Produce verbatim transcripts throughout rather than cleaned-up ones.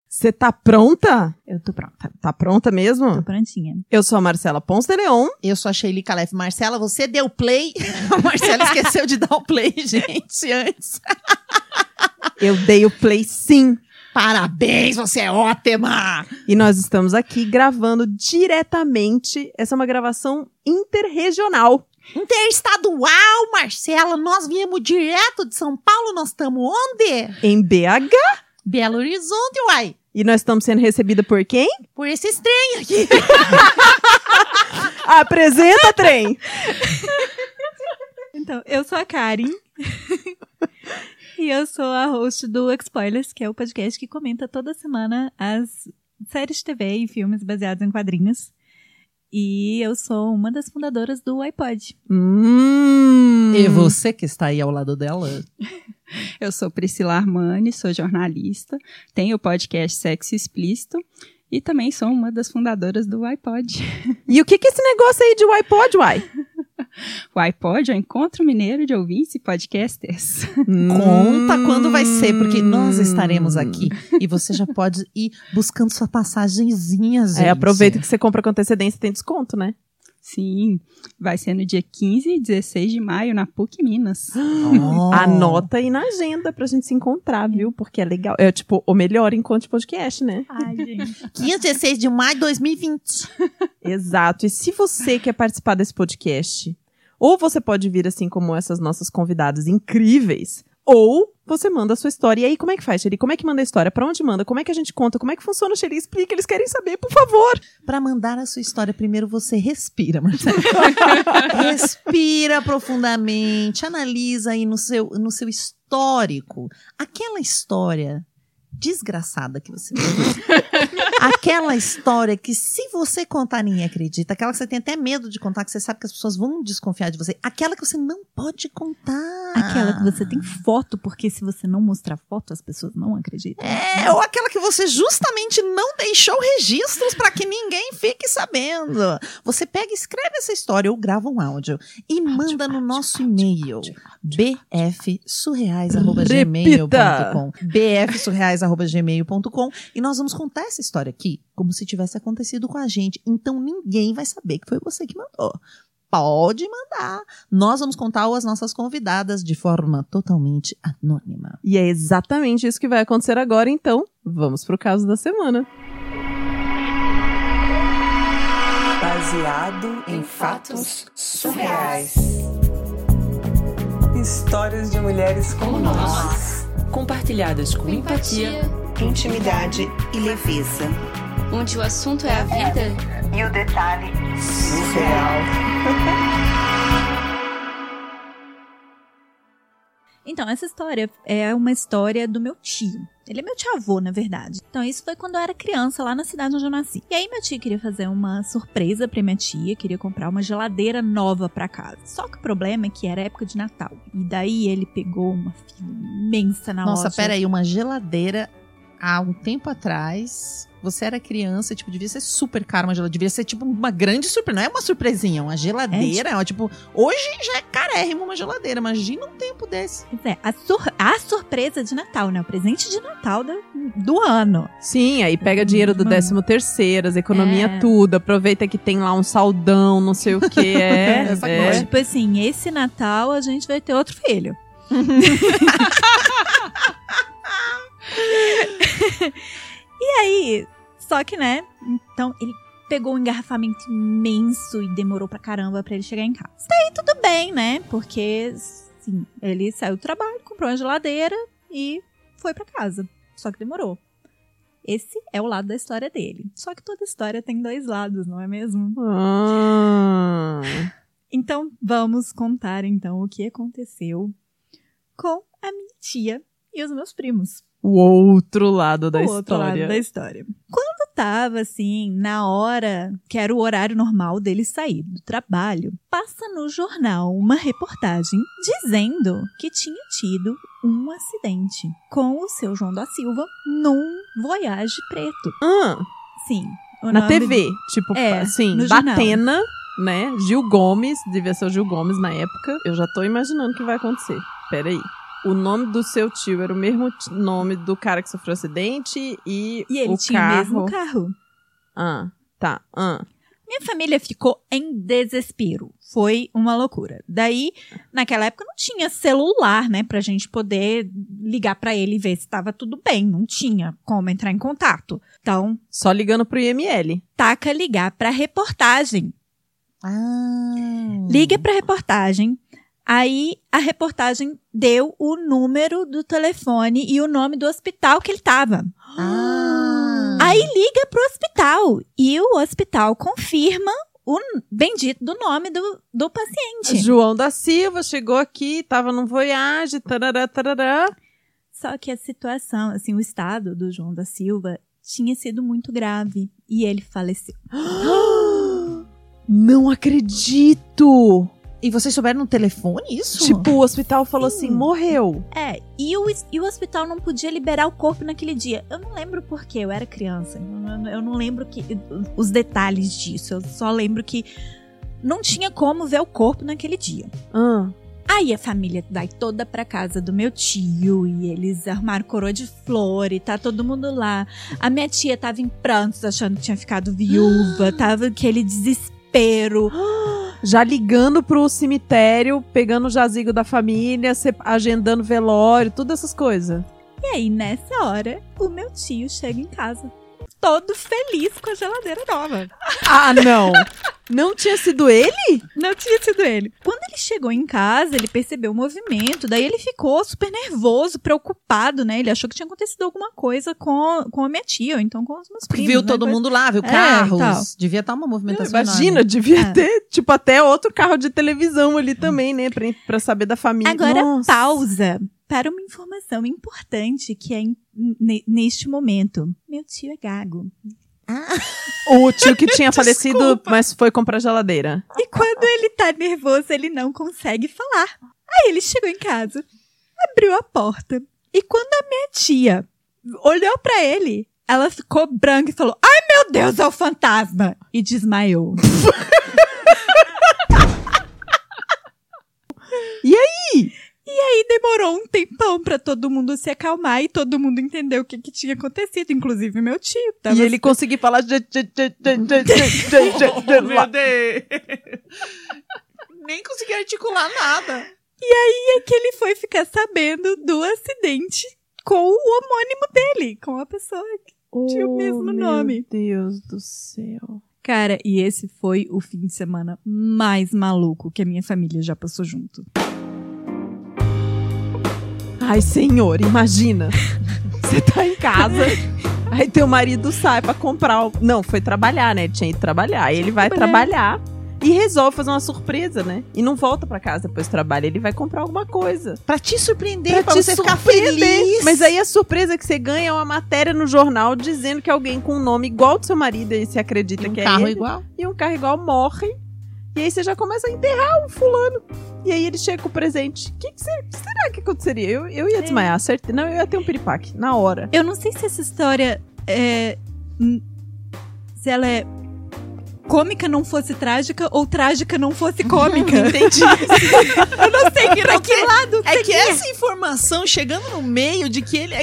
Você tá pronta? Eu tô pronta. Tá pronta mesmo? Tô prontinha. Eu sou a Marcela Ponce de Leon. Eu sou a Sheili Calef. Marcela, você deu play? A Marcela esqueceu de dar o play, gente, antes. Eu dei o play sim. Parabéns, você é ótima! E nós estamos aqui gravando diretamente. Essa é uma gravação interregional. Interestadual, Marcela. Nós viemos direto de São Paulo. Nós estamos onde? Em B H. Belo Horizonte, uai. E nós estamos sendo recebidas por quem? Por esse estranho aqui. Apresenta, trem! Então, eu sou a Karen. E eu sou a host do Spoilers, que é o podcast que comenta toda semana as séries de T V e filmes baseados em quadrinhos. E eu sou uma das fundadoras do iPod. Hum. E você que está aí ao lado dela? Eu sou Priscila Armani, sou jornalista, tenho o podcast Sexo Explícito e também sou uma das fundadoras do iPod. E o que que é esse negócio aí de iPod, uai? O iPod é o Encontro Mineiro de Ouvintes e Podcasters. Conta quando vai ser, porque nós estaremos aqui. E você já pode ir buscando sua passagenzinha, gente. É, aproveita que você compra com antecedência e tem desconto, né? Sim, vai ser no dia quinze e dezesseis de maio, na P U C Minas. Oh. Anota aí na agenda pra gente se encontrar, viu? Porque é legal. É tipo o melhor encontro de podcast, né? Ai, gente. quinze e dezesseis de maio de dois mil e vinte. Exato. E se você quer participar desse podcast, ou você pode vir assim como essas nossas convidadas incríveis, ou você manda a sua história. E aí, como é que faz, Sheili? Como é que manda a história? Pra onde manda? Como é que a gente conta? Como é que funciona, Sheili? Explica, eles querem saber, por favor. Para mandar a sua história, primeiro você respira, Marcela. Respira profundamente, analisa aí no seu, no seu histórico. Aquela história desgraçada que você aquela história que se você contar ninguém acredita, aquela que você tem até medo de contar, que você sabe que as pessoas vão desconfiar de você, aquela que você não pode contar, Aquela que você tem foto, porque se você não mostrar foto, as pessoas não acreditam. é, ou aquela que você justamente não deixou registros para que ninguém fique sabendo. Você pega e escreve essa história ou grava um áudio e áudio, manda no áudio, nosso áudio, e-mail b f surreais arroba gmail ponto com b f surreais arroba gmail ponto com e nós vamos contar essa história aqui como se tivesse acontecido com a gente. Então ninguém vai saber que foi você que mandou. Pode mandar. Nós vamos contar as nossas convidadas de forma totalmente anônima. E é exatamente isso que vai acontecer agora, então vamos pro caso da semana. Baseado em fatos surreais. Histórias de mulheres como nós. Compartilhadas com empatia, Intimidade e leveza. onde o assunto é a vida E o detalhe surreal. Então, essa história é uma história do meu tio. Ele é meu tio-avô, na verdade. Então, isso foi quando eu era criança, lá na cidade onde eu nasci. E aí, meu tio queria fazer uma surpresa pra minha tia, queria comprar uma geladeira nova pra casa. Só que o problema é que era época de Natal. E daí, ele pegou uma fila imensa na Nossa, loja. peraí, uma geladeira há um tempo atrás. Você era criança, tipo, devia ser super caro uma geladeira. Devia ser, tipo, uma grande surpresa. Não é uma surpresinha, uma geladeira. É, tipo, hoje já é carérrimo uma geladeira. Imagina um tempo desse. Pois é, a, sur- a surpresa de Natal, né? O presente de Natal do, do ano. Sim, aí pega dinheiro do Mano. décimo terceiro, as economia É. tudo, aproveita que tem lá um saldão, não sei o que, é. Essa é. coisa. Tipo assim, esse Natal a gente vai ter outro filho. E aí, só que, né? Então, ele pegou um engarrafamento imenso e demorou pra caramba pra ele chegar em casa. Daí tudo bem, né? Porque, sim, ele saiu do trabalho, comprou uma geladeira e foi pra casa. Só que demorou. Esse é o lado da história dele. Só que toda história tem dois lados, não é mesmo? Ah. Então, vamos contar, então, o que aconteceu com a minha tia e os meus primos. O outro lado da o história. outro lado da história. Quando tava, assim, na hora, que era o horário normal dele sair do trabalho, passa no jornal uma reportagem dizendo que tinha tido um acidente com o seu João da Silva num Voyage preto. Ah, Sim. o na nome T V, tipo, É, assim, no jornal. Batena, né? Gil Gomes, devia ser o Gil Gomes na época. Eu já tô imaginando o que vai acontecer. Peraí. o nome do seu tio era o mesmo t- nome do cara que sofreu acidente e, E ele o tinha carro... o mesmo carro. Ah, tá. Ah. Minha família ficou em desespero. Foi uma loucura. Daí, naquela época, não tinha celular, né? Pra gente poder ligar pra ele e ver se tava tudo bem. Não tinha como entrar em contato. Então, Só ligando pro I M L. taca ligar pra reportagem. Ah. Liga pra reportagem. Aí, a reportagem deu o número do telefone e o nome do hospital que ele tava. Ah. Aí liga pro hospital e o hospital confirma o bendito do nome do, do paciente. João da Silva chegou aqui, tava num Voyage, tarará, tarará. Só que a situação, assim, o estado do João da Silva tinha sido muito grave e ele faleceu. Não acredito! E vocês souberam no telefone isso? Tipo, o hospital falou assim, morreu. É, e o, e o hospital não podia liberar o corpo naquele dia. Eu não lembro porquê, eu era criança. Eu, eu não lembro que, os detalhes disso. Eu só lembro que não tinha como ver o corpo naquele dia. Ah. Aí a família vai toda pra casa do meu tio e eles arrumaram coroa de flor e tá todo mundo lá. A minha tia tava em prantos achando que tinha ficado viúva, tava aquele desespero. Já ligando pro cemitério, pegando o jazigo da família, se- agendando velório, todas essas coisas. E aí, nessa hora, o meu tio chega em casa, todo feliz com a geladeira nova. Ah, não! Não tinha sido ele? Não tinha sido ele. Quando ele chegou em casa, ele percebeu o movimento, daí ele ficou super nervoso, preocupado, né? Ele achou que tinha acontecido alguma coisa com, com a minha tia, ou então com os meus primos. Viu né? todo Mas- mundo lá, viu É, carros. tal. Devia estar uma movimentação Imagina, enorme. devia É. ter, tipo, até outro carro de televisão ali também, né? Pra, pra saber da família. Agora, Nossa. pausa para uma informação importante que é em- ne- neste momento. Meu tio é gago. O tio que tinha falecido, mas foi comprar geladeira. E quando ele tá nervoso, ele não consegue falar. Aí ele chegou em casa, abriu a porta. E quando a minha tia olhou pra ele, ela ficou branca e falou: "Ai, meu Deus, é o fantasma!" E desmaiou. E aí? E aí demorou um tempão pra todo mundo se acalmar e todo mundo entender o que, que tinha acontecido, inclusive meu tio. Tava E ele conseguiu falar... de- de- de- de- de- de- de- de- de- Meu Deus. Nem consegui articular nada. E que ele foi ficar sabendo do acidente com o homônimo dele, com a pessoa que tinha o mesmo Oh, nome. Meu Deus do céu. Cara, e esse foi o fim de semana mais maluco que a minha família já passou junto. Ai, senhor, imagina. Você tá em casa, aí teu marido sai pra comprar... o- Não, foi trabalhar, né? Ele tinha ido trabalhar. Aí ele vai trabalhar e resolve fazer uma surpresa, né? E não volta pra casa depois do trabalho. Ele vai comprar alguma coisa. Pra te surpreender, pra, te você ficar surpreender. feliz. Mas aí a surpresa que você ganha é uma matéria no jornal dizendo que alguém com um nome igual ao do seu marido, aí você acredita E um que carro é ele, igual. e um carro igual morre. E aí você já começa a enterrar o fulano. E aí ele chega com o presente. O que, que ser- será que aconteceria? Eu, eu ia desmaiar, certeza. Não, eu ia ter um piripaque, na hora. Eu não sei se essa história é. hum, Se ela é cômica não fosse trágica ou trágica não fosse cômica. Entendi. Eu não sei que, pra que lado. É que essa informação chegando no meio de que ele é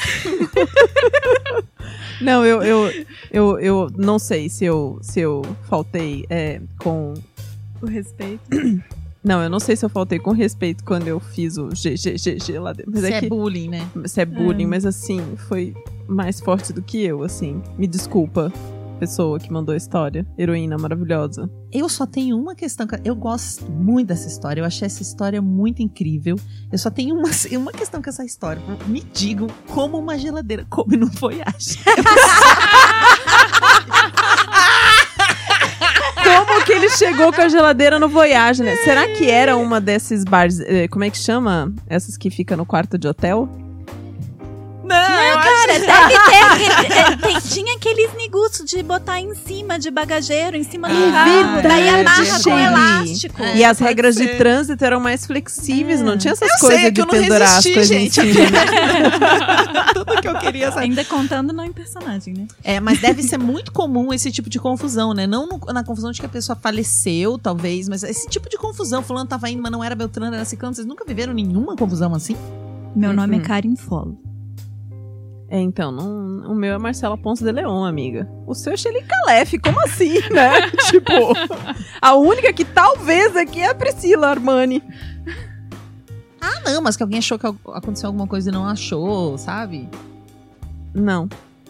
Não, eu, eu, eu, eu não sei se eu, se eu faltei é, com... O respeito. Não, eu não sei se eu faltei com respeito quando eu fiz o G G G G lá dentro. Mas Isso é é que... bullying, né? Se é bullying, mas assim, foi mais forte do que eu, assim. Me desculpa, pessoa que mandou a história. Heroína maravilhosa. Eu só tenho uma questão. Eu gosto muito dessa história. Eu achei essa história muito incrível. Eu só tenho uma, uma questão com essa história. Me digam como uma geladeira come no Voyage. Como que ele chegou com a geladeira no Voyage, né? Será que era uma desses bares... eh, Como é que chama? Essas que fica no quarto de hotel? Não, eu Cara, deve ter aquele, é, tem- tinha aqueles negócios de botar em cima de bagageiro, em cima do Ah, carro, daí verdade, amarra com Shelly. elástico. É, E as pode regras ser. de trânsito eram mais flexíveis, É. não tinha essas Eu coisas sei, é que de eu não pendurar as resisti, coisas gente. em cima. Tudo que eu queria saber. Ainda contando não em personagem, né? É, mas deve ser muito comum esse tipo de confusão, né? Não no- na confusão de que a pessoa faleceu, talvez, mas esse tipo de confusão. Fulano tava indo, mas não era Beltrano, era Ciclano. Vocês nunca viveram nenhuma confusão assim? Meu Uhum. nome é Karen Folo. É, então, não, o meu é Marcela Ponce de Leon, amiga. O seu é Shelly Calef, como assim, né? Tipo, a única que talvez aqui é a Priscila Armani. Ah, não, mas que alguém achou que aconteceu alguma coisa e não achou, sabe? Não.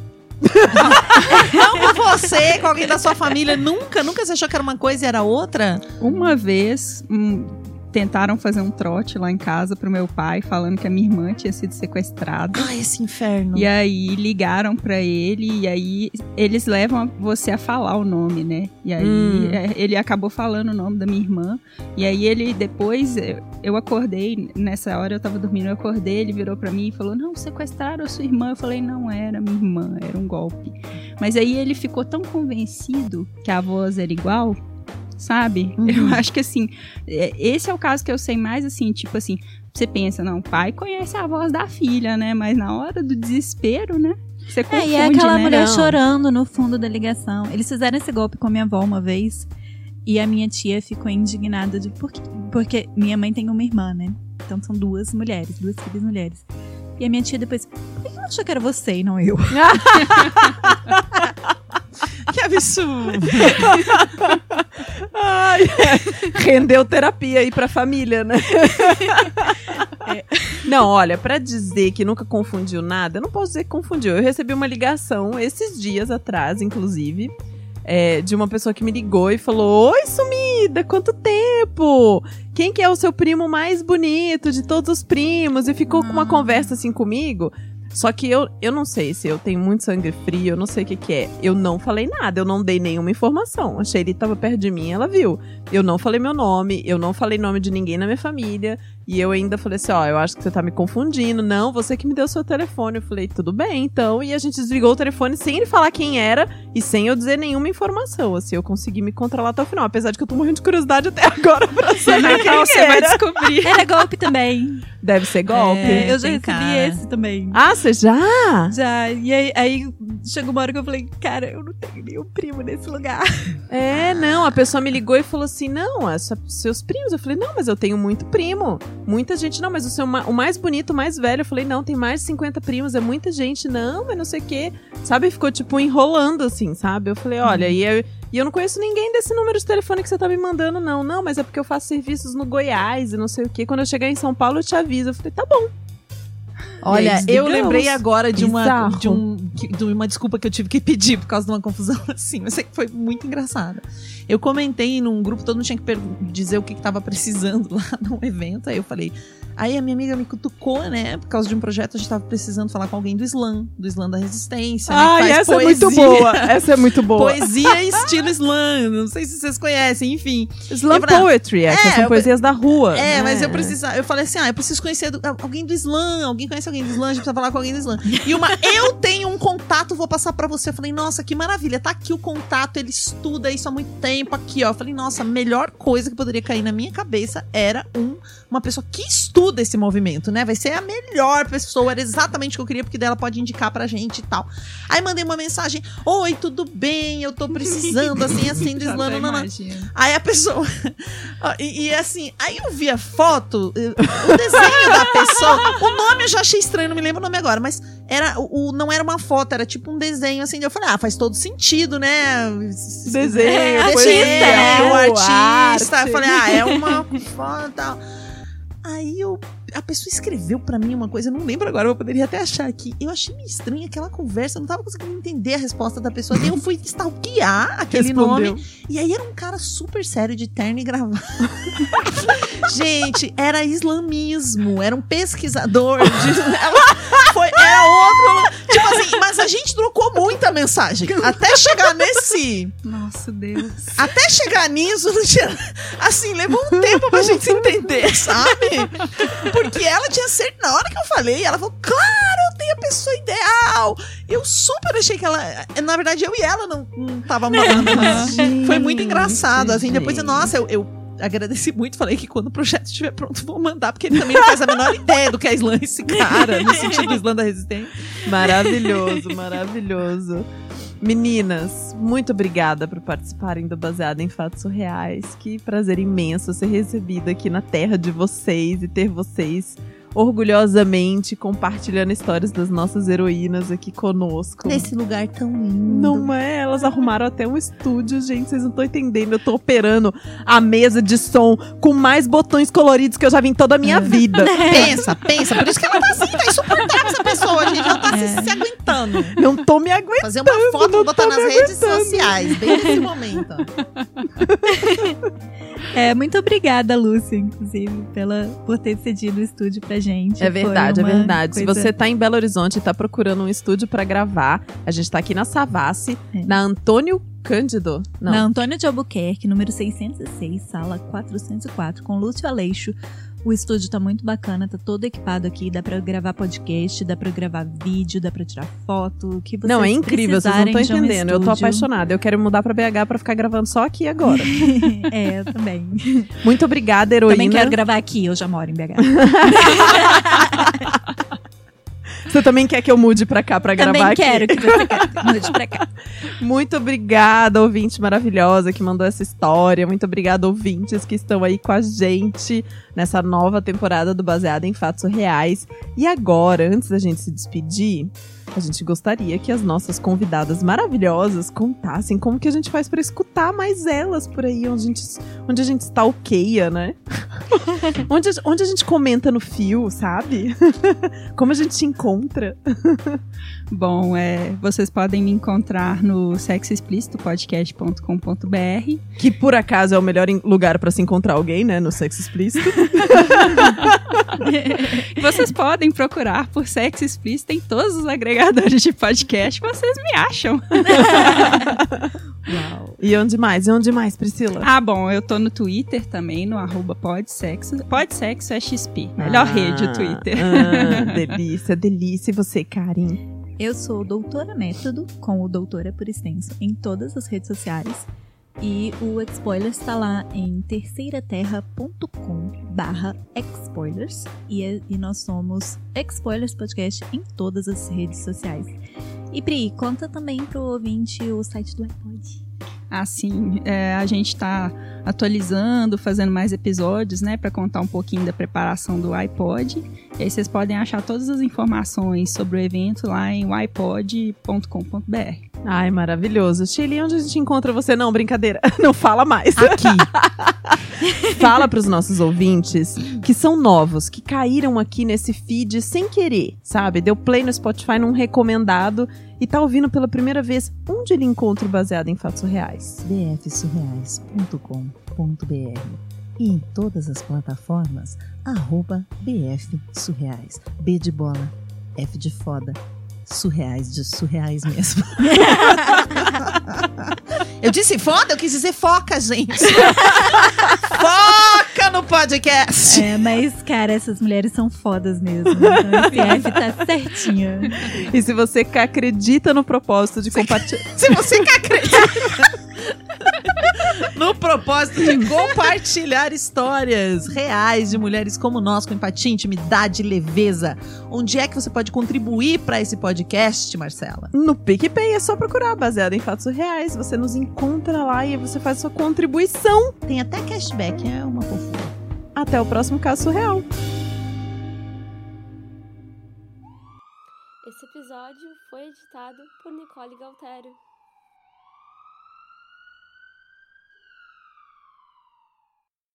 Não com você, com alguém da sua família. Nunca, nunca você achou que era uma coisa e era outra? Uma vez, hum, tentaram fazer um trote lá em casa pro meu pai, falando que a minha irmã tinha sido sequestrada. Ai, esse inferno. E aí ligaram pra ele, e aí eles levam você a falar o nome, né? E aí Hum. é, ele acabou falando o nome da minha irmã. E aí ele depois, eu, eu acordei, nessa hora eu tava dormindo, eu acordei, ele virou pra mim e falou: não, sequestraram a sua irmã. Eu falei: não era minha irmã, era um golpe. Mas aí ele ficou tão convencido que a voz era igual, sabe? Uhum. Eu acho que assim, é, esse é o caso que eu sei mais, assim, tipo assim, você pensa, não, o pai conhece a voz da filha, né? Mas na hora do desespero, né? Você confunde, É, e é aquela né? mulher Não. chorando no fundo da ligação. Eles fizeram esse golpe com a minha avó uma vez. E a minha tia ficou indignada de por quê? Porque minha mãe tem uma irmã, né? Então são duas mulheres, duas filhas mulheres. E a minha tia depois, por que ela achou que era você e não eu? Que absurdo. Ai, rendeu terapia aí pra família, né? É. Não, olha, pra dizer que nunca confundiu nada, eu não posso dizer que confundiu. Eu recebi uma ligação esses dias atrás, inclusive, é, de uma pessoa que me ligou e falou: oi, sumida, quanto tempo? Quem que é o seu primo mais bonito de todos os primos? E ficou com uma conversa assim comigo. Só que eu, eu não sei se eu tenho muito sangue frio, eu não sei o que que é. Eu não falei nada, eu não dei nenhuma informação. A Shelly tava perto de mim, ela viu. Eu não falei meu nome, eu não falei nome de ninguém na minha família. E eu ainda falei assim, ó, eu acho que você tá me confundindo. Não, você que me deu seu telefone. Eu falei, tudo bem, então. E a gente desligou o telefone sem ele falar quem era e sem eu dizer nenhuma informação. Assim, eu consegui me controlar até o final. Apesar de que eu tô morrendo de curiosidade até agora pra saber quem Então, você vai era. descobrir. Era golpe também. Deve ser golpe. É, eu já tem recebi cara. esse também. Ah, você já? Já. E aí, aí chegou uma hora que eu falei, cara, eu não tenho nenhum primo nesse lugar. É, não, a pessoa me ligou e falou assim, não, é só seus primos. Eu falei, não, mas eu tenho muito primo. Muita gente, não, mas o seu ma- o mais bonito, o mais velho. Eu falei, não, tem mais de cinquenta primos, é muita gente. Não, mas não sei o quê. Sabe, ficou tipo enrolando assim, sabe? Eu falei, olha, e eu, e eu não conheço ninguém desse número de telefone que você tá me mandando, não. Não, mas é porque eu faço serviços no Goiás e não sei o quê. Quando eu chegar em São Paulo, eu te aviso. Eu falei, tá bom. Olha, E aí, eu desligamos. lembrei agora de uma, Bizarro. de, um, que- de uma desculpa que eu tive que pedir por causa de uma confusão assim, mas sei que foi muito engraçada. Eu comentei num grupo, todo mundo tinha que per- dizer o que, que tava precisando lá num evento, aí eu falei... Aí a minha amiga me cutucou, né? Por causa de um projeto, a gente tava precisando falar com alguém do slam, do slam da resistência, né? Ai, que faz essa poesia, é muito boa. Essa é muito boa. Poesia estilo slam, não sei se vocês conhecem, enfim. Slam Eu falei, ah, poetry, é, que é, são eu- poesias da rua. É, né? mas eu precisava. Eu falei assim: ah, eu preciso conhecer do- alguém do slam. Alguém conhece alguém do slam? A gente precisa falar com alguém do slam. E uma, eu tenho um contato, vou passar pra você. Eu falei, nossa, que maravilha. Tá aqui o contato, ele estuda isso há muito tempo aqui, ó. Eu falei, nossa, a melhor coisa que poderia cair na minha cabeça era um, uma pessoa que estuda esse movimento, né? Vai ser a melhor pessoa, era exatamente o que eu queria, porque dela pode indicar pra gente e tal. Aí mandei uma mensagem: oi, tudo bem? Eu tô precisando, assim, assim, do slam. Não, não, não. Aí a pessoa. Ó, e, e assim, aí eu vi a foto, eh, o desenho da pessoa. O nome eu já achei estranho, não me lembro o nome agora, mas era, o, o- não era uma foto, era tipo um desenho assim. Eu falei, ah, faz todo sentido, né? Desenho, é, poesia, artista, né? O artista. arte. Eu falei, ah, é uma foto e tal. Aí eu, a pessoa escreveu pra mim uma coisa, eu não lembro agora, eu poderia até achar aqui. Eu achei meio estranha aquela conversa, eu não tava conseguindo entender a resposta da pessoa. Daí eu fui stalkear aquele Respondeu. nome. E aí era um cara super sério, de terno e gravata. Gente, era islamismo, era um pesquisador. De, ela foi, era outro. Tipo assim, mas a gente trocou muita mensagem. Até chegar nesse. Nossa, Deus. Até chegar nisso, não tinha, assim, levou um tempo pra gente se entender, sabe? Porque ela tinha certeza, na hora que eu falei, ela falou, claro, eu tenho a pessoa ideal. Eu super achei que ela, na verdade, eu e ela não, não tava morando, mas foi muito engraçado, assim, depois, gente. nossa, eu, eu agradeci muito, falei que quando o projeto estiver pronto, vou mandar, porque ele também não faz a menor ideia do que é slam, esse cara, no sentido do slam da resistência. Maravilhoso, maravilhoso. Meninas, muito obrigada por participarem do Baseado em Fatos Surreais. Que prazer imenso ser recebida aqui na terra de vocês e ter vocês orgulhosamente compartilhando histórias das nossas heroínas aqui conosco. Nesse lugar tão lindo. Não é? Elas arrumaram até um estúdio, gente. Vocês não estão entendendo. Eu tô operando a mesa de som com mais botões coloridos que eu já vi em toda a minha vida. Pensa, pensa. Por isso que ela tá assim, tá insuportável essa pessoa. A gente não tá É. se, se aguentando. Não tô me aguentando. Fazer uma foto não e botar tô nas me redes aguentando. sociais, bem nesse momento. É, muito obrigada, Lúcia, inclusive, pela, por ter cedido o estúdio pra gente. É verdade, é Foi uma verdade. Se coisa- você tá em Belo Horizonte e tá procurando um estúdio pra gravar, a gente tá aqui na Savassi, É. na Antônio Cândido. Não. Na Antônio de Albuquerque, número seiscentos e seis, sala quatrocentos e quatro, com Lúcio Aleixo. O estúdio tá muito bacana, tá todo equipado aqui, dá pra gravar podcast, dá pra gravar vídeo, dá pra tirar foto, o que vocês Não, é incrível, vocês não estão precisarem de um entendendo. Eu tô estúdio. apaixonada. Eu quero mudar pra B H pra ficar gravando só aqui agora. É, eu também. Muito obrigada, heroína. Também quero gravar aqui, eu já moro em B H. Você também quer que eu mude pra cá pra gravar Também aqui? quero que você mude pra cá. Muito obrigada, ouvinte maravilhosa que mandou essa história. Muito obrigada, ouvintes que estão aí com a gente nessa nova temporada do Baseado em Fatos Reais. E agora, antes da gente se despedir, a gente gostaria que as nossas convidadas maravilhosas contassem como que a gente faz pra escutar mais elas por aí, onde a gente, onde a gente stalkeia, né? onde, a, onde a gente comenta no fio, sabe? Como a gente se encontra. Bom, é, vocês podem me encontrar no sexo explícito podcast ponto com ponto b r. Que por acaso é o melhor em- lugar pra se encontrar alguém, né? No sexo explícito. Vocês podem procurar por sexo explícito em todos os agregadores de podcast que vocês me acham. Uau. E onde mais? E onde mais, Priscila? Ah, bom, eu tô no Twitter também, no arroba podsexo. Podsexo é X P, melhor Ah, rede o Twitter. Ah, delícia, delícia. E você, Karin? Eu sou Doutora Método, com o Doutora por extenso, em todas as redes sociais. E o Expoilers está lá em terceiraterra ponto com barra Expoilers. E, é- e nós somos Expoilers Podcast em todas as redes sociais. E Pri, conta também pro ouvinte o site do iPod. Assim, é, a gente tá atualizando, fazendo mais episódios, né, pra contar um pouquinho da preparação do iPod. E aí vocês podem achar todas as informações sobre o evento lá em i pod ponto com ponto b r. Ai, maravilhoso. Shirley, onde a gente encontra você? Não, brincadeira. Não fala mais. Aqui. Fala pros nossos ouvintes que são novos, que caíram aqui nesse feed sem querer, sabe? Deu play no Spotify num recomendado e tá ouvindo pela primeira vez. Onde ele encontra o Baseado em Fatos Reais? b f surreais ponto com ponto b r e em todas as plataformas, arroba B F Surreais. B de bola, F de foda, surreais de surreais mesmo. Eu disse foda, eu quis dizer foca, gente. Foca no podcast. É, mas, cara, essas mulheres são fodas mesmo. Então esse F tá certinho. E se você que acredita no propósito de compartilhar. Se você quer acreditar no propósito de compartilhar histórias reais de mulheres como nós, com empatia, intimidade e leveza, onde é que você pode contribuir para esse podcast, Marcela? No PicPay é só procurar Baseado em Fatos Reais. Você nos encontra lá e você faz sua contribuição. Tem até cashback, é uma fofura. Até o próximo caso surreal. Esse episódio foi editado por Nicole Galtério.